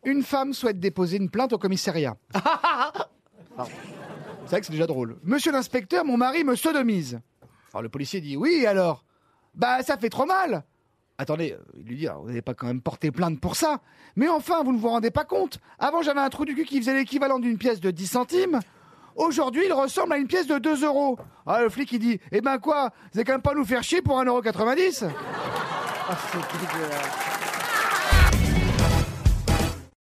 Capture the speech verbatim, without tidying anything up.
Une femme souhaite déposer une plainte au commissariat. Alors, c'est vrai que c'est déjà drôle. Monsieur l'inspecteur, mon mari me sodomise. Alors le policier dit, oui alors? Bah ça fait trop mal. Attendez, il lui dit, alors, vous n'avez pas quand même porté plainte pour ça. Mais enfin, vous ne vous rendez pas compte. Avant, j'avais un trou du cul qui faisait l'équivalent d'une pièce de dix centimes. Aujourd'hui, il ressemble à une pièce de deux euros. Ah, le flic, il dit, eh ben quoi, vous n'allez quand même pas nous faire chier pour un euro quatre-vingt-dix? Ah, c'est dégueulasse.